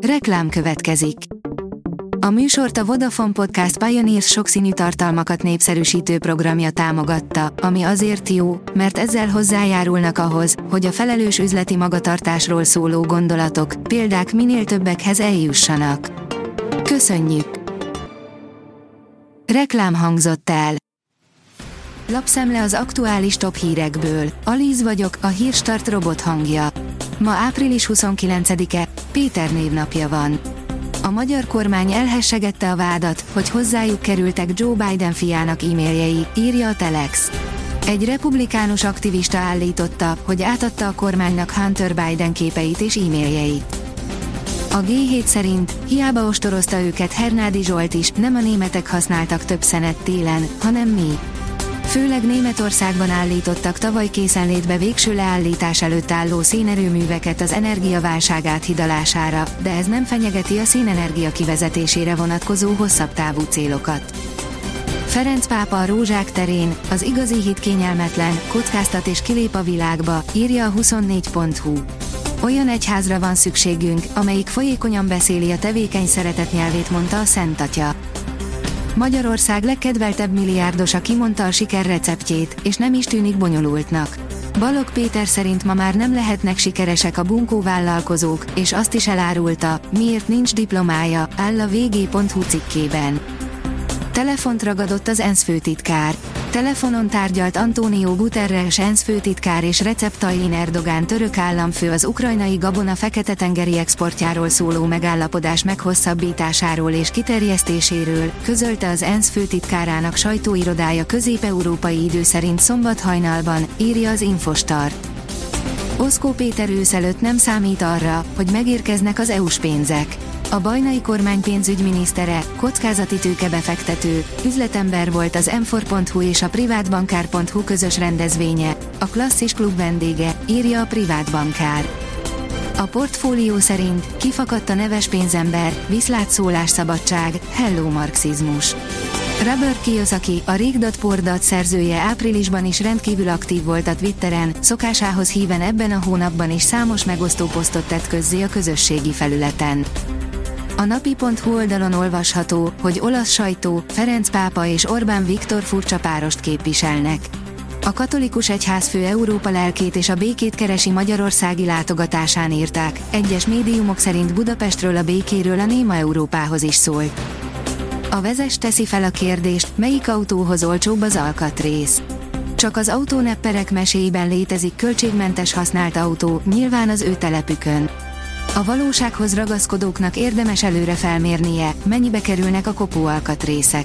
Reklám következik. A műsort a Vodafone Podcast Pioneers sokszínű tartalmakat népszerűsítő programja támogatta, ami azért jó, mert ezzel hozzájárulnak ahhoz, hogy a felelős üzleti magatartásról szóló gondolatok, példák minél többekhez eljussanak. Köszönjük! Reklám hangzott el. Lapszemle az aktuális top hírekből. Alíz vagyok, a Hírstart robot hangja. Ma április 29-e, Péter névnapja van. A magyar kormány elhessegette a vádat, hogy hozzájuk kerültek Joe Biden fiának e-mailjei, írja a Telex. Egy republikánus aktivista állította, hogy átadta a kormánynak Hunter Biden képeit és e-mailjeit. A G7 szerint hiába ostorozta őket Hernádi Zsolt is, nem a németek használtak több szenet télen, hanem mi. Főleg Németországban állítottak tavaly készenlétbe végső leállítás előtt álló szénerőműveket az energiaválság áthidalására, de ez nem fenyegeti a szénenergia kivezetésére vonatkozó hosszabb távú célokat. Ferenc pápa a rózsák terén, az igazi hit kényelmetlen, kockáztat és kilép a világba, írja a 24.hu. Olyan egyházra van szükségünk, amelyik folyékonyan beszéli a tevékeny szeretet nyelvét, mondta a Szent Atya. Magyarország legkedveltebb milliárdosa kimondta a siker receptjét, és nem is tűnik bonyolultnak. Balogh Péter szerint ma már nem lehetnek sikeresek a bunkó vállalkozók, és azt is elárulta, miért nincs diplomája, áll a vg.hu cikkében. Telefont ragadott az ENSZ főtitkár. Telefonon tárgyalt António Guterres ENSZ főtitkár és Recep Tayyip Erdogan török államfő az ukrajnai gabona Fekete-tengeri exportjáról szóló megállapodás meghosszabbításáról és kiterjesztéséről, közölte az ENSZ főtitkárának sajtóirodája közép-európai idő szerint szombat hajnalban, írja az Infostart. Oszkó Péter ősz előtt nem számít arra, hogy megérkeznek az EU-s pénzek. A bajnai kormány pénzügyminisztere, kockázati tőkebefektető, üzletember volt az m4.hu és a privátbankár.hu közös rendezvénye, a klasszis klub vendége, írja a privátbankár. A portfólió szerint kifakadt a neves pénzember, viszlát szólásszabadság, hello marxizmus. Robert Kiyosaki, a Rig.Port szerzője áprilisban is rendkívül aktív volt a Twitteren, szokásához híven ebben a hónapban is számos megosztó posztot tett közzé a közösségi felületen. A napi.hu oldalon olvasható, hogy olasz sajtó, Ferenc pápa és Orbán Viktor furcsa párost képviselnek. A katolikus egyházfő Európa lelkét és a békét keresi magyarországi látogatásán írták, egyes médiumok szerint Budapestről a békéről a néma Európához is szólt. A Vezes teszi fel a kérdést, melyik autóhoz olcsóbb az alkatrész. Csak az autónepperek meséiben létezik költségmentes használt autó, nyilván az ő telepükön. A valósághoz ragaszkodóknak érdemes előre felmérnie, mennyibe kerülnek a kopóalkatrészek.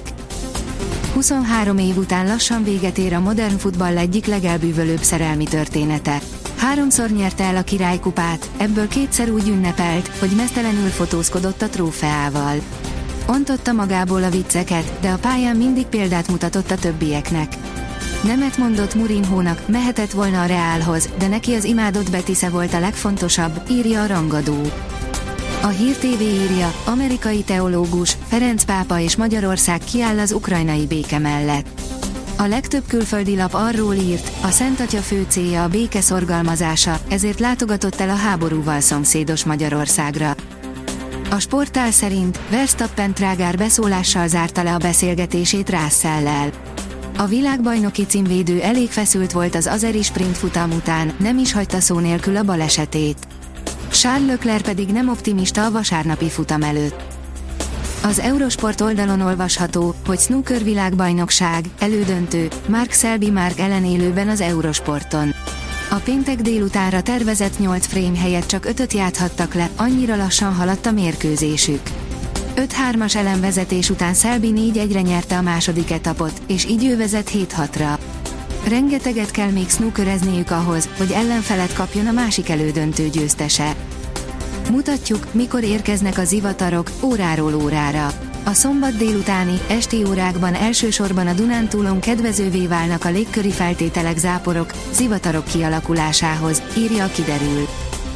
23 év után lassan véget ér a modern futball egyik legelbűvölőbb szerelmi története. 3-szor nyerte el a királykupát, ebből 2-szer úgy ünnepelt, hogy meztelenül fotózkodott a trófeával. Ontotta magából a vicceket, de a pályán mindig példát mutatott a többieknek. Nemet mondott Mourinhónak, mehetett volna a Realhoz, de neki az imádott Betisze volt a legfontosabb, írja a rangadó. A Hír TV írja, amerikai teológus, Ferenc pápa és Magyarország kiáll az ukrajnai béke mellett. A legtöbb külföldi lap arról írt, a Szent Atya fő célja a béke szorgalmazása, ezért látogatott el a háborúval szomszédos Magyarországra. A sportál szerint Verstappen trágár beszólással zárta le a beszélgetését Russell-lel. A világbajnoki címvédő elég feszült volt az azeri sprint futam után, nem is hagyta szó nélkül a balesetét. Charles Leclerc pedig nem optimista a vasárnapi futam előtt. Az Eurosport oldalon olvasható, hogy snooker világbajnokság, elődöntő, Mark Selby ellen élőben az Eurosporton. A péntek délutánra tervezett 8 frame helyett csak 5-öt játhattak le, annyira lassan haladt a mérkőzésük. 5-3-as elemvezetés után Selby 4-1-re nyerte a második etapot, és így ő vezet 7-6-ra. Rengeteget kell még snookerezniük ahhoz, hogy ellenfelet kapjon a másik elődöntő győztese. Mutatjuk, mikor érkeznek a zivatarok, óráról órára. A szombat délutáni, esti órákban elsősorban a Dunántúlon kedvezővé válnak a légköri feltételek záporok, zivatarok kialakulásához, írja a Kiderül.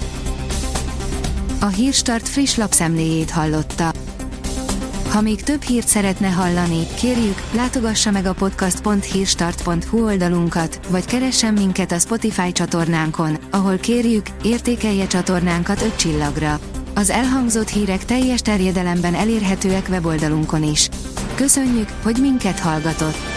A Hírstart friss lapszemléjét hallotta. Ha még több hírt szeretne hallani, kérjük, látogassa meg a podcast.hírstart.hu oldalunkat, vagy keressen minket a Spotify csatornánkon, ahol kérjük, értékelje csatornánkat 5 csillagra. Az elhangzott hírek teljes terjedelemben elérhetőek weboldalunkon is. Köszönjük, hogy minket hallgatott!